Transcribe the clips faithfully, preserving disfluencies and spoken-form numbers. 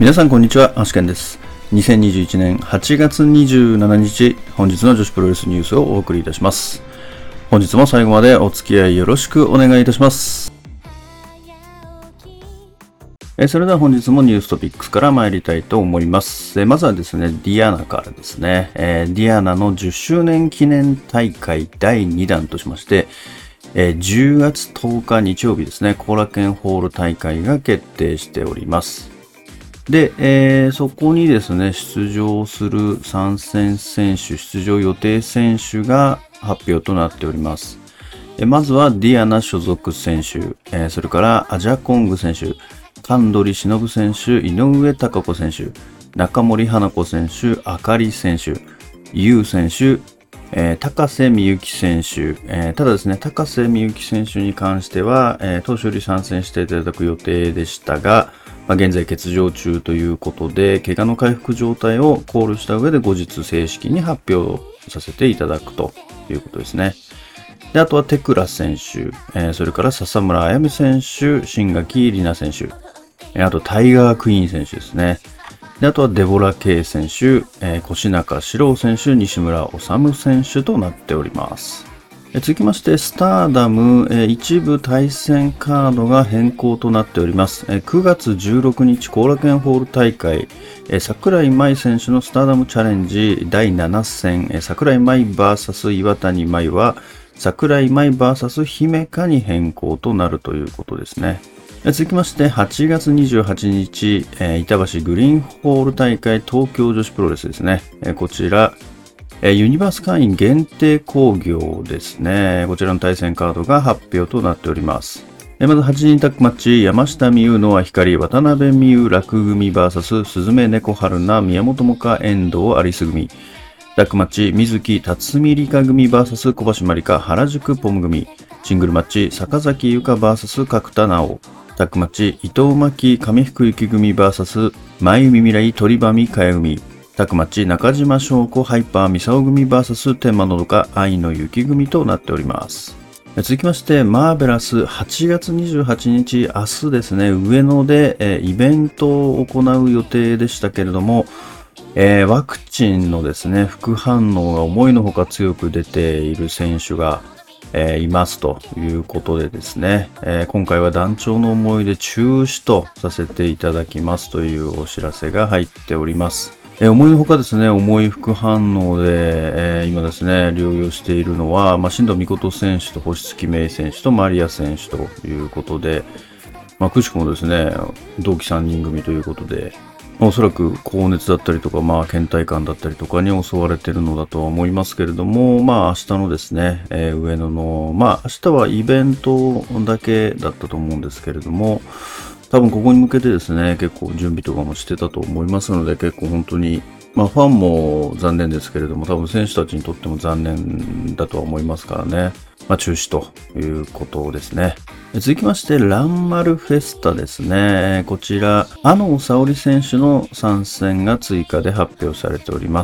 皆さんこんにちは、アシケンです。にせんにじゅういちねんはちがつにじゅうしちにち、本日の女子プロレスニュースをお送りいたします。本日も最後までお付き合いよろしくお願いいたします。えそれでは本日もニューストピックスから参りたいと思います。えまずはですね、ディアナからですね、えー、ディアナのじゅっしゅうねん記念大会だいにだんとしまして、えー、じゅうがつとおか日曜日ですね、後楽園ホール大会が決定しております。で、えー、そこにですね、出場する参戦選手、出場予定選手が発表となっております。えまずはディアナ所属選手、えー、それからアジャコング選手、神取忍選手、井上貴子選手、中森花子選手、あかり選手、ユウ選手、えー、高瀬美幸選手、えー、ただですね、高瀬美幸選手に関しては、えー、当初より参戦していただく予定でしたが、まあ、現在欠場中ということで、怪我の回復状態を考慮した上で後日正式に発表させていただくということですね。で、あとはテクラ選手、えー、それから笹村彩美選手、新垣里奈選手、えー、あとタイガークイーン選手ですね。で、あとはデボラ・ケイ選手、えー、越中史郎選手、西村治選手となっております。え続きまして、スターダム、え一部対戦カードが変更となっております。えくがつじゅうろくにち後楽園ホール大会、え桜井舞選手のスターダムチャレンジだいなな戦、え桜井舞 ブイエス 岩谷舞は桜井舞 ブイエス 姫香に変更となるということですね。え続きまして、はちがつにじゅうはちにち、え板橋グリーンホール大会東京女子プロレスですね。えこちら、ユニバース会員限定興行ですね。こちらの対戦カードが発表となっております。まずはちにんタッグマッチ、山下美夢、ノア光、渡辺美優、楽組 ブイエス 鈴目猫春菜、宮本萌歌、遠藤、有栖組。タッグマッチ、水木、辰巳梨花組 ブイエス 小橋まりか、原宿ポム組。シングルマッチ、坂崎優香 ブイエス 角田直。タッグマッチ、伊藤真希、上福幸組 ブイエス 前海未来、鳥羽美香也組。タッグマッチ、中島翔子、ハイパー、ミサオ組 ブイエス 天満のどか、愛の雪組となっております。続きまして、マーベラス、はちがつにじゅうはちにち、明日ですね、上野で、えー、イベントを行う予定でしたけれども、えー、ワクチンのですね、副反応が思いのほか強く出ている選手が、えー、いますということでですね、えー、今回は団長の思いで中止とさせていただきますというお知らせが入っております。えー、思いのほかですね、重い副反応で、えー、今ですね、療養しているのは、まあ、新藤美琴選手と星月芽衣選手とマリア選手ということで、まあ、くしくもですね、同期さんにん組ということで、おそらく高熱だったりとか、まあ、倦怠感だったりとかに襲われているのだとは思いますけれども、まあ、明日のですね、えー、上野の、まあ、明日はイベントだけだったと思うんですけれども、多分ここに向けてですね、結構準備とかもしてたと思いますので、結構本当に、まあファンも残念ですけれども、多分選手たちにとっても残念だとは思いますからね。まあ中止ということですね。続きまして、ランマルフェスタですね。こちら、阿野沙織選手の参戦が追加で発表されております。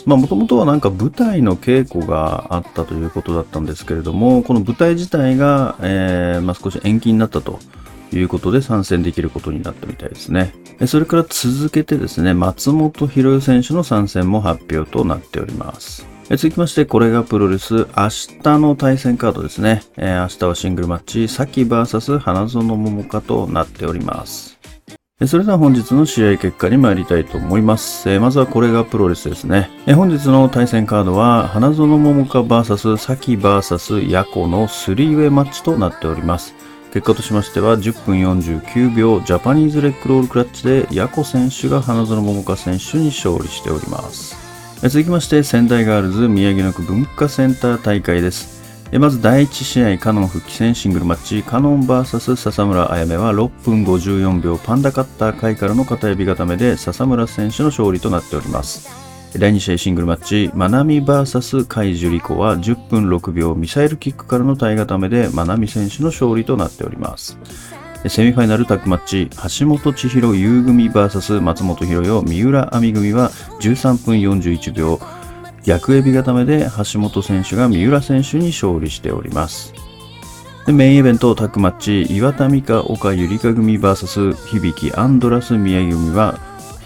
まあもともとはなんか舞台の稽古があったということだったんですけれども、この舞台自体が、えー、まあ少し延期になったと。ということで参戦できることになったみたいですね。それから続けてですね、松本博代選手の参戦も発表となっております。続きまして、これがプロレス、明日の対戦カードですね。明日はシングルマッチ、サキ ブイエス 花園桃香となっております。それでは本日の試合結果に参りたいと思います。まずはこれがプロレスですね。本日の対戦カードは、花園桃香 ブイエス サキ ブイエス ヤコのスリーウェイマッチとなっております。結果としましてはじゅっぷんよんじゅうきゅうびょうジャパニーズレッグロールクラッチでヤコ選手が花園桃香選手に勝利しております。続きまして仙台ガールズ宮城野区文化センター大会です。まずだいいち試合カノン復帰戦シングルマッチカノン ブイエス 笹村彩芽はろっぷんごじゅうよんびょうパンダカッター回からの片指固めで笹村選手の勝利となっております。だいに試合シングルマッチ、マナミ ブイエス 海樹里子はじゅっぷんろくびょうミサイルキックからの体固めでマナミ選手の勝利となっております。セミファイナルタッグマッチ、橋本千尋優組 ブイエス 松本博代三浦亜美組はじゅうさんぷんよんじゅういちびょう逆エビ固めで橋本選手が三浦選手に勝利しております。でメインイベントタッグマッチ、岩田美香岡ゆりか組 ブイエス 響アンドラス宮城組は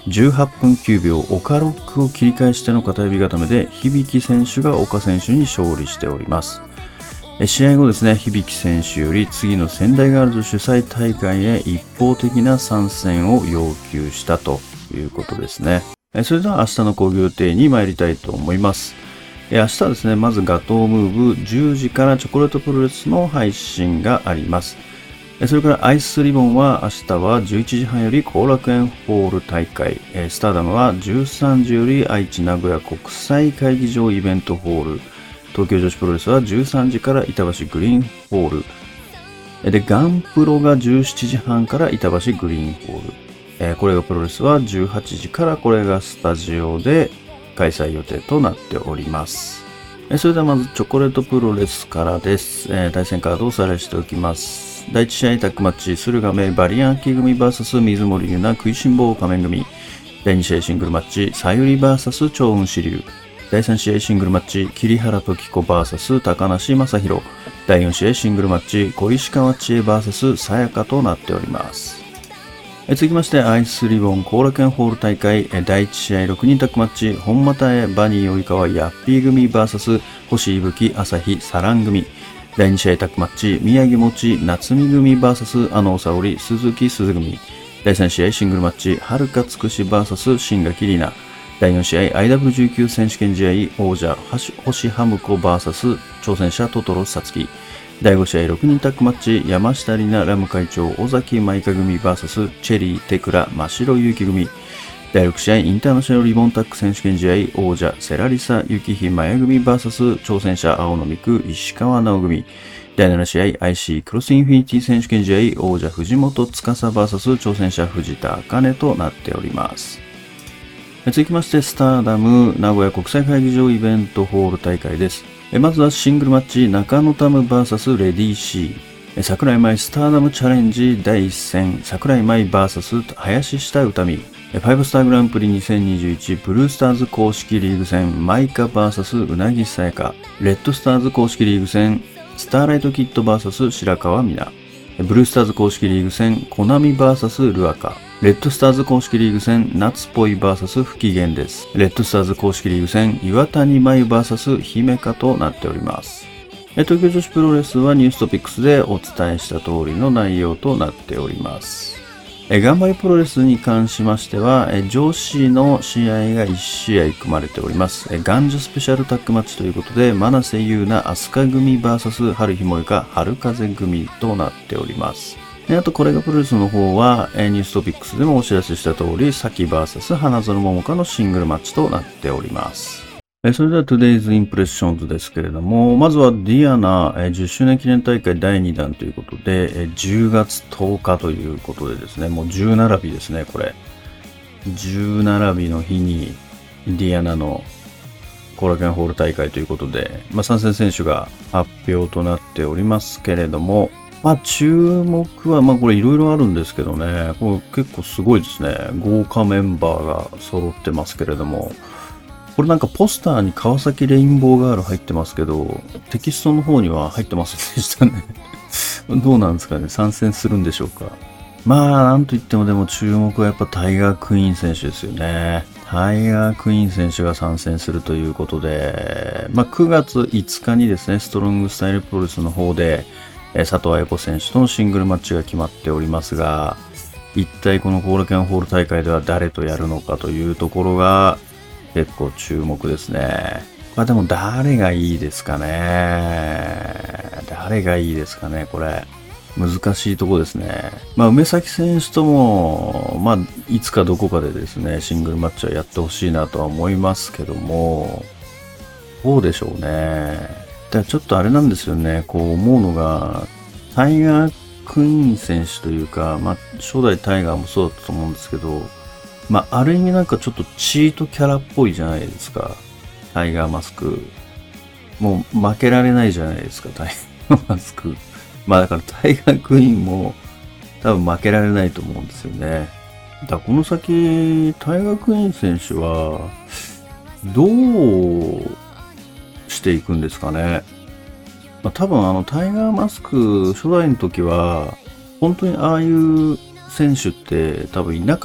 じゅうはっぷんきゅうびょう、岡ロックを切り返しての片指固めで、響選手が岡選手に勝利しております。試合後ですね、響選手より次の仙台ガールズ主催大会へ一方的な参戦を要求したということですね。それでは明日の講義予定に参りたいと思います。明日はですね、まずガトームーブじゅうじからチョコレートプロレスの配信があります。それからアイスリボンは明日はじゅういちじはんより後楽園ホール大会、スターダムはじゅうさんじより愛知名古屋国際会議場イベントホール、東京女子プロレスはじゅうさんじから板橋グリーンホール。で、ガンプロがじゅうしちじはんから板橋グリーンホール。えー、これがプロレスはじゅうはちじからこれがスタジオで開催予定となっております。えー、それではまずチョコレートプロレスからです。えー、対戦カードをおさらいしておきます。だいいち試合タッグマッチ、駿河メバリアンキ組 ブイエス 水森優奈食いしん坊仮面組。だいに試合シングルマッチ、さゆり ブイエス 超雲支流。だいさん試合シングルマッチ、桐原時子 ブイエス 高梨正宏。だいよん試合シングルマッチ、小石川千恵 ブイエス さやかとなっております。続きまして、アイスリボン後楽園ホール大会、だいいち試合ろくにんタッグマッチ、本又江、バニー及川、ヤッピー組 ブイエス 星伊吹、朝日、サラン組。だいに試合タッグマッチ、宮城もち、夏見組 ブイエス あの沙織、鈴木鈴組。だいさん試合シングルマッチ、はるかつくし ブイエス 新垣里奈。だいよん試合 アイダブリューじゅうきゅう 選手権試合、王者、星ハムコ ブイエス 挑戦者、トトロサツキ。だいご試合ろくにんタッグマッチ、山下里奈ラム会長、尾崎舞香組 ブイエス チェリー、テクラ、真城ゆき組。だいろく試合インターナショナルリボンタッグ選手権試合、王者、セラリサ、ゆきひまや組 ブイエス 挑戦者、青野美久、石川直組。だいなな試合 アイシー クロスインフィニティ選手権試合、王者、藤本司 ブイエス 挑戦者、藤田茜となっております。続きまして、スターダム名古屋国際会議場イベントホール大会です。まずはシングルマッチ、中野タム ブイエス レディー C。桜井舞スターダムチャレンジだいいっ戦、桜井舞 ブイエス 林下歌美。ファイブスターグランプリにせんにじゅういちブルースターズ公式リーグ戦、マイカ ブイエス うなぎさやか。レッドスターズ公式リーグ戦、スターライトキッド ブイエス 白川美奈。ブルースターズ公式リーグ戦、コナミ ブイエス ルアカ。レッドスターズ公式リーグ戦、夏っぽい ブイエス 不機嫌です。レッドスターズ公式リーグ戦、岩谷舞 ブイエス 姫香となっております。東京女子プロレスはニューストピックスでお伝えした通りの内容となっております。頑張りプロレスに関しましては、女子の試合がいち試合組まれております。男女スペシャルタッグマッチということで、真瀬優奈、飛鳥組 ブイエス 春日萌香、春風組となっております。であと、これがプロレスの方は、ニューストピックスでもお知らせした通り、さき ブイエス 花園桃香のシングルマッチとなっております。それでは Today's Impressions ですけれども、まずはディアナじゅっしゅうねん記念大会だいにだんということで、じゅうがつとおかということでですね、もうじゅう並びですね、これ。じゅう並びの日にディアナの後楽園ホール大会ということで、まあ、参戦選手が発表となっておりますけれども、まあ注目は、まあこれいろいろあるんですけどね、これ結構すごいですね。豪華メンバーが揃ってますけれども、これなんかポスターに川崎レインボーガール入ってますけど、テキストの方には入ってませんでしたね。どうなんですかね、参戦するんでしょうか。まあなんといってもでも注目はやっぱタイガークイーン選手ですよね。タイガークイーン選手が参戦するということで、まあくがついつかにですね、ストロングスタイルプロレスの方で、佐藤綾子選手とのシングルマッチが決まっておりますが、一体この後楽園ホール大会では誰とやるのかというところが結構注目ですね。まあでも誰がいいですかね。誰がいいですかね、これ。難しいとこですね。まあ梅崎選手とも、まあいつかどこかでですね、シングルマッチはやってほしいなとは思いますけども、どうでしょうね。だちょっとあれなんですよね、こう思うのが、タイガー・クイーン選手というか、まあ、初代タイガーもそうだったと思うんですけど、まあ、ある意味なんかちょっとチートキャラっぽいじゃないですか、タイガーマスク。もう負けられないじゃないですか、タイガーマスク。まあだからタイガー・クイーンも多分負けられないと思うんですよね。だからこの先、タイガー・クイーン選手は、どう、していくんですかね。まあ、多分あのタイガーマスク初代の時は本当にああいう選手って多分いなかっ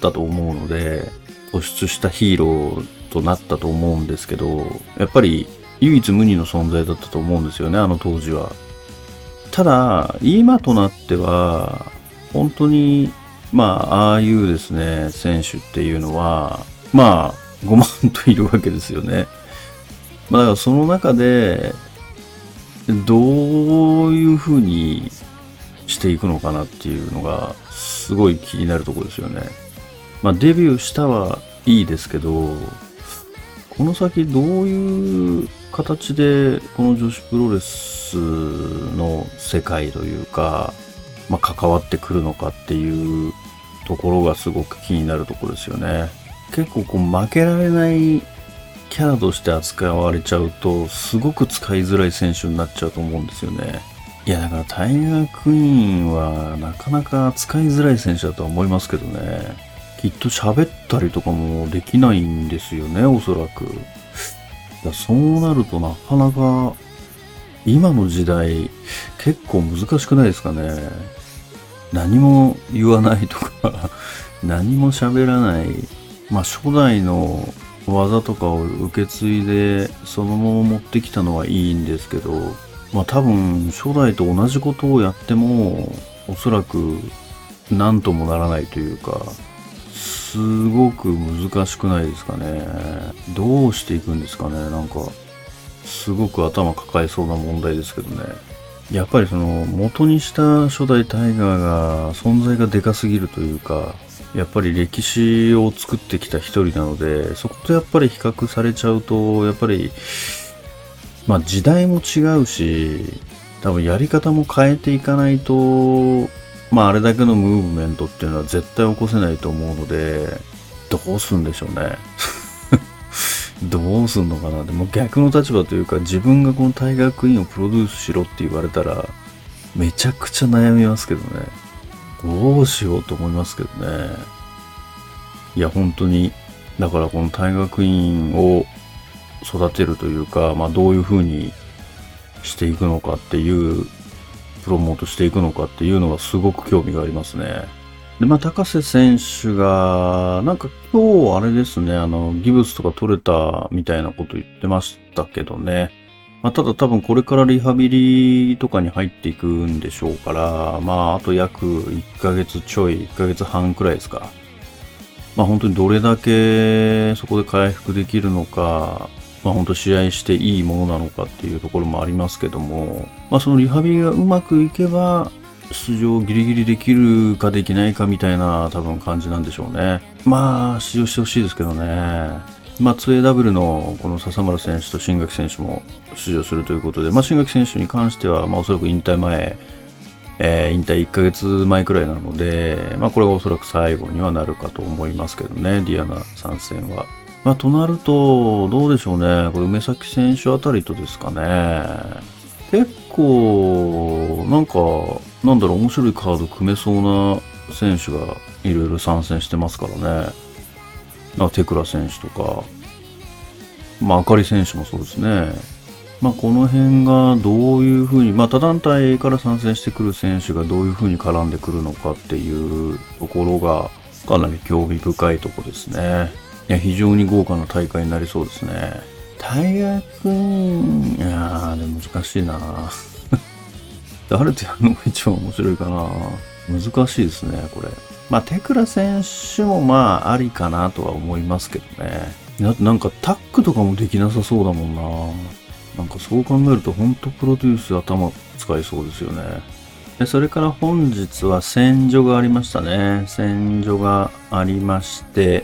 ったと思うので、突出したヒーローとなったと思うんですけど、やっぱり唯一無二の存在だったと思うんですよね、あの当時は。ただ、今となっては、本当に、まあ、ああいうですね、選手っていうのは、まあ、ごまんといるわけですよね。まあ、だからその中で、どういう風にしていくのかなっていうのが、すごい気になるところですよね。まあ、デビューしたはいいですけど、この先どういう形でこの女子プロレスの世界というか、まあ、関わってくるのかっていうところがすごく気になるところですよね。結構こう負けられないキャラとして扱われちゃうとすごく使いづらい選手になっちゃうと思うんですよね。いやだからタイガークイーンはなかなか使いづらい選手だとは思いますけどね。きっと喋ったりとかもできないんですよね、おそらく。いやそうなるとなかなか今の時代結構難しくないですかね。何も言わないとか何も喋らない。まあ初代の技とかを受け継いでそのまま持ってきたのはいいんですけど、まあ多分初代と同じことをやってもおそらく何ともならないというか、すごく難しくないですかね。どうしていくんですかね。なんかすごく頭抱えそうな問題ですけどね。やっぱりその元にした初代タイガーが存在がでかすぎるというか、やっぱり歴史を作ってきた一人なので、そことやっぱり比較されちゃうと、やっぱり、まあ時代も違うし、多分やり方も変えていかないと、まああれだけのムーブメントっていうのは絶対起こせないと思うので、どうすんでしょうね。どうすんのかな。でも逆の立場というか、自分がこのタイガークイーンをプロデュースしろって言われたら、めちゃくちゃ悩みますけどね。どうしようと思いますけどね。いや、本当に、だからこのタイガークイーンを育てるというか、まあどういう風にしていくのかっていう、プロモートしていくのかっていうのがすごく興味がありますね。で、まあ高瀬選手が、なんか今日あれですね、あの、ギブスとか取れたみたいなこと言ってましたけどね。まあ、ただ多分これからリハビリとかに入っていくんでしょうから、まああと約いっかげつちょい、いっかげつはんくらいですか。まあ本当にどれだけそこで回復できるのか、まあ本当試合していいものなのかっていうところもありますけども、まあそのリハビリがうまくいけば、出場ギリギリできるかできないかみたいな多分感じなんでしょうね。まあ出場してほしいですけどね。まあ ツーエーダブリュー のこの笹村選手と新垣選手も出場するということで、まあ新垣選手に関しては、まあおそらく引退前、えー、引退いっかげつまえくらいなので、まあこれがおそらく最後にはなるかと思いますけどね、ディアナ参戦は。まあとなると、どうでしょうね。これ梅崎選手あたりとですかね。結構、なんか、なんだろう、面白いカード組めそうな選手がいろいろ参戦してますからね。なんかテクラ選手とか、まあ、あかり選手もそうですね。まあ、この辺がどういうふうに、まあ、他団体から参戦してくる選手がどういうふうに絡んでくるのかっていうところが、かなり興味深いところですね。いや、非常に豪華な大会になりそうですね。タイガーくん、いやー、でも難しいな誰とやるのが一番面白いかな。難しいですね、これ。まあ、テクラ選手もまあ、ありかなとは思いますけどね。ななんかタックとかもできなさそうだもんな。なんかそう考えるとほんとプロデュース頭使いそうですよね。でそれから本日は戦場がありましたね。戦場がありまして、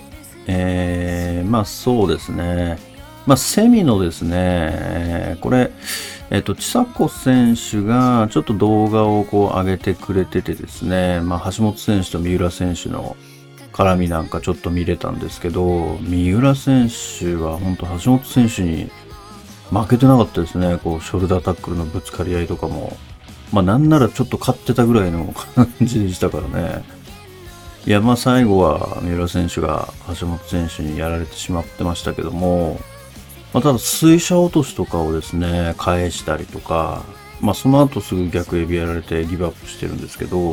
えー、まあそうですね。まあセミのですね、これ、えっと、ちさ子選手がちょっと動画をこう上げてくれててですね、まあ橋本選手と三浦選手の絡みなんかちょっと見れたんですけど、三浦選手は本当橋本選手に負けてなかったですね。こう、ショルダータックルのぶつかり合いとかも。まあなんならちょっと勝ってたぐらいの感じでしたからね。いや、まあ最後は三浦選手が橋本選手にやられてしまってましたけども、まあただ水車落としとかをですね、返したりとか、まあその後すぐ逆エビやられてギブアップしてるんですけど、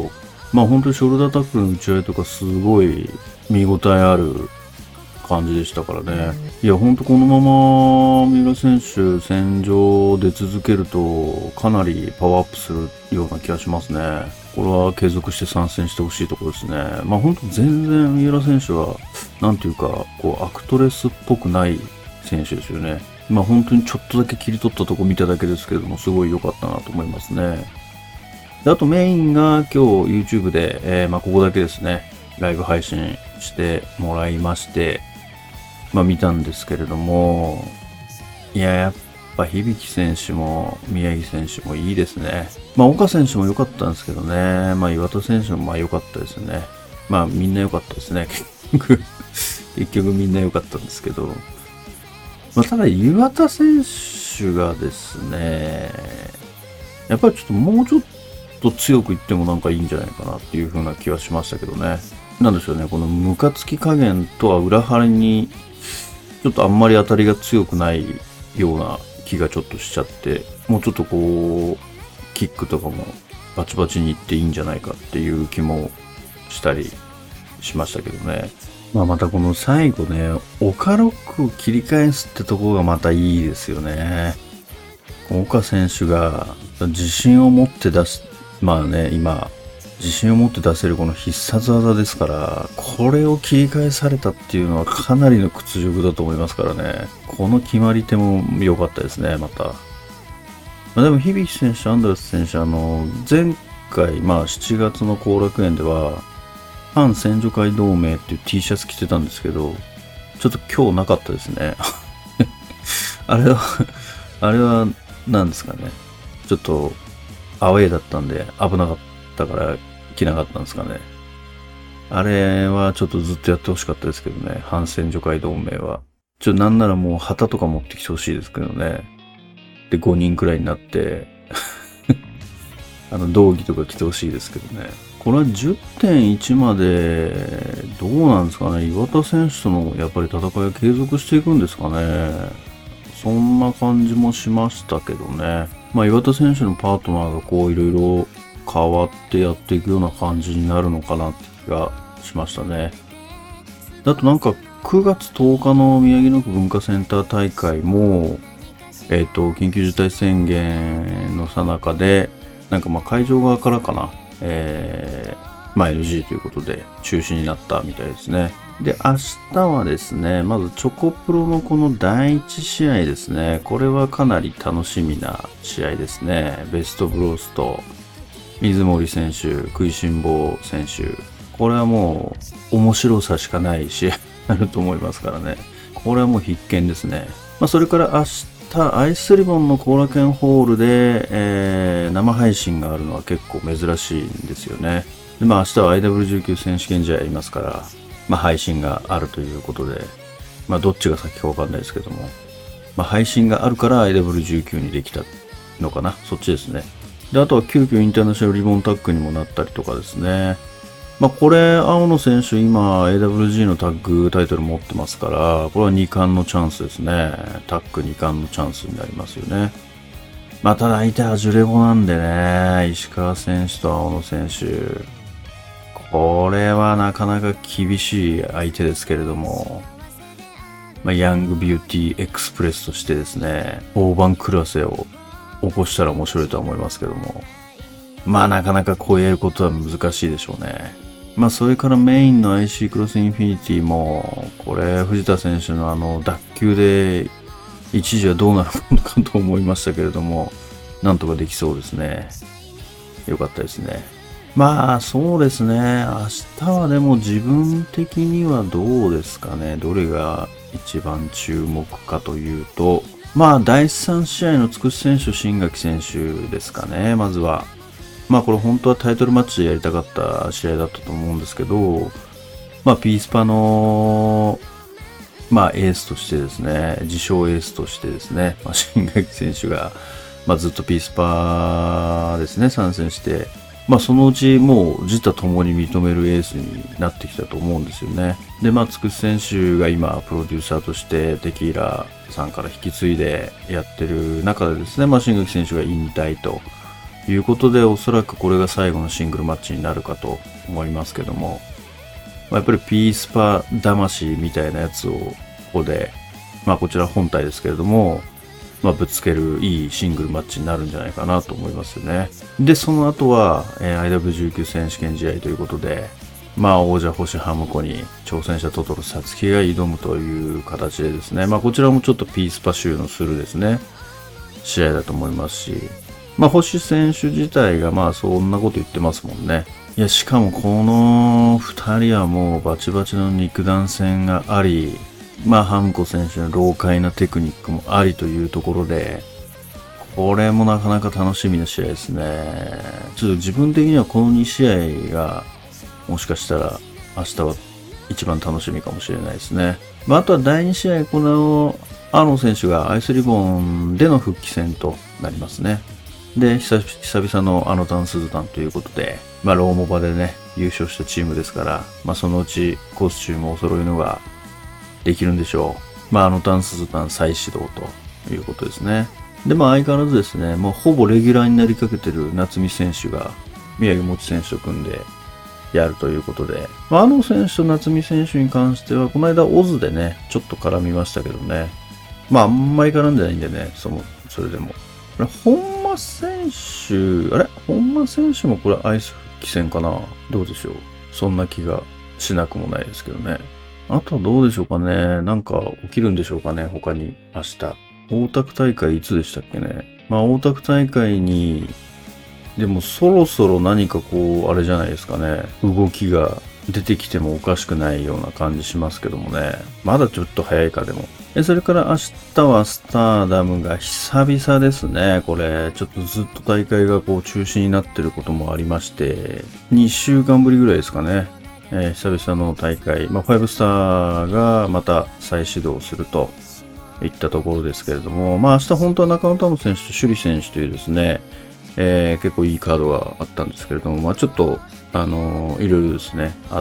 まあ本当にショルダータックルの打ち合いとかすごい見応えある感じでしたからね。いや本当このまま三浦選手戦場で続けるとかなりパワーアップするような気がしますね。これは継続して参戦してほしいところですね。まあ本当全然三浦選手はなんていうかこうアクトレスっぽくない選手ですよね。まあ本当にちょっとだけ切り取ったとこ見ただけですけれどもすごい良かったなと思いますね。であとメインが今日 YouTube で、えー、まあここだけですねライブ配信してもらいましてまあ見たんですけれども、いややっぱ響選手も宮城選手もいいですね。まあ岡選手も良かったんですけどね、まあ岩田選手もまあ良かったですね。まあみんな良かったですね。結局結局みんな良かったんですけど、まあただ岩田選手がですね、やっぱりちょっともうちょっと強く言ってもなんかいいんじゃないかなっていう風な気はしましたけどね。なんでしょうね、このムカつき加減とは裏腹にちょっとあんまり当たりが強くないような気がちょっとしちゃって、もうちょっとこうキックとかもバチバチにいっていいんじゃないかっていう気もしたりしましたけどね。まあまたこの最後ね、岡ロックを切り返すってところがまたいいですよね。岡選手が自信を持って出す、まあね、今、自信を持って出せるこの必殺技ですから、これを切り返されたっていうのはかなりの屈辱だと思いますからね。この決まり手も良かったですね、また。まあ、でも、響選手、アンダース選手、あの、前回、まあしちがつの後楽園では、反戦女会同盟っていう T シャツ着てたんですけど、ちょっと今日なかったですね。あれは、あれは何ですかね。ちょっとアウェーだったんで危なかったから着なかったんですかね。あれはちょっとずっとやってほしかったですけどね。反戦女会同盟は。ちょ、なんならもう旗とか持ってきてほしいですけどね。で、ごにんくらいになって、あの、道着とか着てほしいですけどね。これは じゅってんいち まで、どうなんですかね。岩田選手とのやっぱり戦いは継続していくんですかね。そんな感じもしましたけどね。まあ岩田選手のパートナーがこういろいろ変わってやっていくような感じになるのかなって気がしましたね。あとなんかくがつとおかの宮城野区文化センター大会も、えっと、緊急事態宣言の最中で、なんかまあ会場側からかな、えー、まあ エヌジー ということで中止になったみたいですね。で、明日はですね、まずチョコプロのこのだいいち試合ですね。これはかなり楽しみな試合ですね。ベストブロースト、水森選手、食いしん坊選手。これはもう面白さしかない試合になると思いますからね。これはもう必見ですね。まあそれから明日、アイスリボンの後楽園ホールで、えー、生配信があるのは結構珍しいんですよね。で、まあ明日は アイダブリューじゅうきゅう 選手権試合ありますから、まあ配信があるということで、まあどっちが先かわかんないですけども、まあ配信があるから アイダブリューじゅうきゅう にできたのかな、そっちですね。で、あとは急遽インターナショナルリボンタッグにもなったりとかですね。まあこれ、青野選手今 エーダブリュージー のタッグタイトル持ってますから、これはに冠のチャンスですね。タッグに冠のチャンスになりますよね。まあただ相手はジュレボなんでね、石川選手と青野選手、これはなかなか厳しい相手ですけれども、まあ、ヤングビューティーエクスプレスとしてですね、大番クラスを起こしたら面白いとは思いますけども、まあなかなか超えることは難しいでしょうね。まあそれからメインの アイシー クロスインフィニティも、これ藤田選手のあの脱臼で一時はどうなるのかと思いましたけれども、なんとかできそうですね。よかったですね。まあそうですね。明日はでも自分的にはどうですかね。どれが一番注目かというと、まあだいさん試合のつくし選手、新垣選手ですかね。まずは。まあこれ本当はタイトルマッチでやりたかった試合だったと思うんですけど、まあピースパの、まあエースとしてですね、自称エースとしてですね、まあ、新垣選手が、まあずっとピースパですね、参戦して、まあそのうちもう自他ともに認めるエースになってきたと思うんですよね。で、まあつくし選手が今プロデューサーとしてテキーラさんから引き継いでやってる中でですね、まあ新垣選手が引退ということで、おそらくこれが最後のシングルマッチになるかと思いますけども、まあ、やっぱりピースパ魂みたいなやつをここで、まあこちら本体ですけれども、まあぶつけるいいシングルマッチになるんじゃないかなと思いますよね。で、その後は、えー、アイダブリューじゅうきゅう 選手権試合ということで、まあ王者星ハムコに挑戦者トトロサツキが挑むという形でですね、まあこちらもちょっとピースパ集のするですね、試合だと思いますし、まあ星選手自体がまあそんなこと言ってますもんね。いや、しかもこの二人はもうバチバチの肉弾戦があり、まあハムコ選手の老快なテクニックもありというところで、これもなかなか楽しみな試合ですね。ちょっと自分的にはこのに試合がもしかしたら明日は一番楽しみかもしれないですね。まああとはだいに試合、このアーロン選手がアイスリボンでの復帰戦となりますね。で、久々のあのダンスズタンということで、まあローモバでね、優勝したチームですから、まあそのうちコスチュームを揃いのができるんでしょう。まああのダンスズタン再始動ということですね。で、まあ相変わらずですね、もうほぼレギュラーになりかけてる夏美選手が宮城もち選手と組んでやるということで、まあ、あの選手と夏美選手に関しては、この間オズでね、ちょっと絡みましたけどね。まああんまり絡んでないんでね、その、それでも。本間選手、あれ本間選手もこれアイス復帰戦かな？どうでしょう？そんな気がしなくもないですけどね。あとはどうでしょうかね。なんか起きるんでしょうかね。他に明日。大田区大会いつでしたっけね。まあ大田区大会に、でもそろそろ何かこう、あれじゃないですかね。動きが出てきてもおかしくないような感じしますけどもね。まだちょっと早いかでも。え、それから明日はスターダムが久々ですね。これ、ちょっとずっと大会がこう中止になってることもありまして、にしゅうかんぶりぐらいですかね。えー、久々の大会、まあ、ファイブスターがまた再始動するといったところですけれども、まあ明日本当は中野タム選手と首里選手というですね、えー、結構いいカードがあったんですけれども、まあちょっと、あのー、いろいろですね、あって、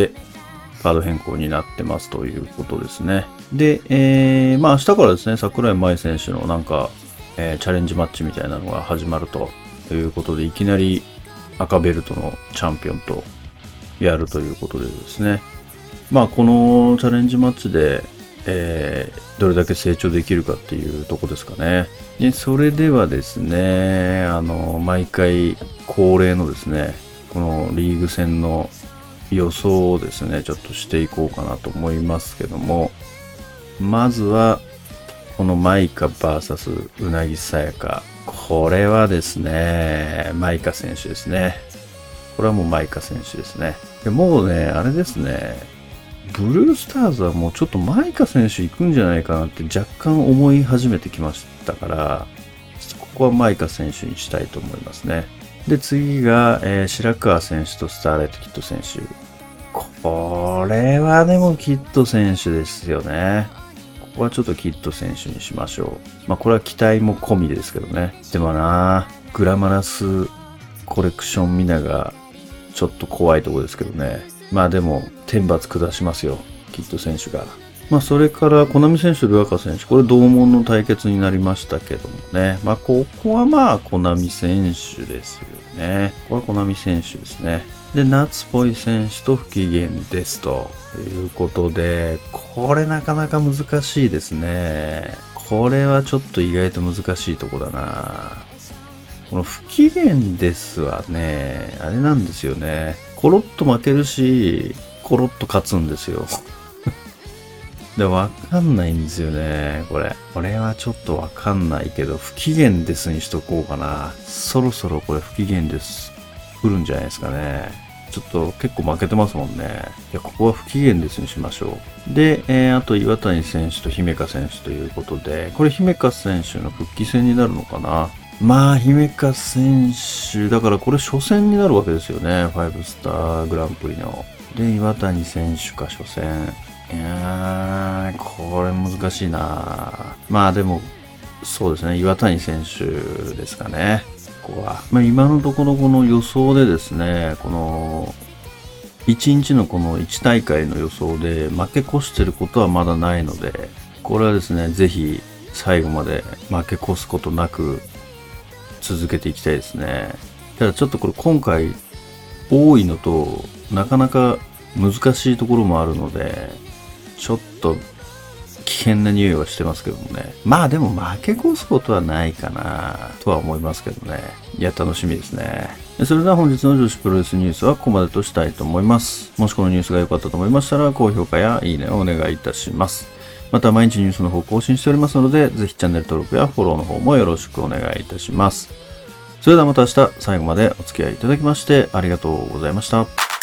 カード変更になってますということですね。で、えー、まあ明日からですね、桜井舞選手のなんか、えー、チャレンジマッチみたいなのが始まるということで、いきなり赤ベルトのチャンピオンとやるということでですね。まあこのチャレンジマッチで、えー、どれだけ成長できるかっていうとこですかね。で、それではですね、あの、毎回恒例のですね、このリーグ戦の予想をですね、ちょっとしていこうかなと思いますけども、まずは、このマイカ ブイエス うなぎさやか。これはですね、マイカ選手ですね。これはもうマイカ選手ですね。でもうね、あれですね、ブルースターズはもうちょっとマイカ選手行くんじゃないかなって若干思い始めてきましたから、ここはマイカ選手にしたいと思いますね。で、次が、えー、白川選手とスターレットキッド選手。これはでもキッド選手ですよね。ここはちょっとキッド選手にしましょう。まあこれは期待も込みですけどね。でもな、グラマラスコレクション見ながちょっと怖いところですけどね。まあでも天罰下しますよ、キッド選手が。まあそれからコナミ選手とルアカ選手、これ同門の対決になりましたけどもね。まあここはまあコナミ選手ですよね。ここはコナミ選手ですね。で、夏っぽい選手と不機嫌ですということで、これなかなか難しいですね。これはちょっと意外と難しいとこだな。この不機嫌ですはね、あれなんですよね。コロッと負けるし、コロッと勝つんですよ。で、わかんないんですよね、これ。これはちょっとわかんないけど、不機嫌ですにしとこうかな。そろそろこれ不機嫌です。来るんじゃないですかね。ちょっと結構負けてますもんね。いや、ここは不機嫌ですにしましょう。で、えー、あと岩谷選手と姫香選手ということで、これ姫香選手の復帰戦になるのかな。まあ、姫香選手、だからこれ初戦になるわけですよね。ファイブスターグランプリの。で、岩谷選手か初戦。いやー、これ難しいな。まあでも、そうですね、岩谷選手ですかね。ここは。まあ今のところこの予想でですね、この、いちにちのこのいち大会の予想で負け越してることはまだないので、これはですね、ぜひ最後まで負け越すことなく続けていきたいですね。ただちょっとこれ今回多いのと、なかなか難しいところもあるので、ちょっと危険な匂いはしてますけどもね。まあでも負け越すことはないかなとは思いますけどね。いや、楽しみですね。それでは本日の女子プロレスニュースはここまでとしたいと思います。もしこのニュースが良かったと思いましたら、高評価やいいねをお願いいたします。また毎日ニュースの方更新しておりますので、ぜひチャンネル登録やフォローの方もよろしくお願いいたします。それではまた明日最後までお付き合いいただきましてありがとうございました。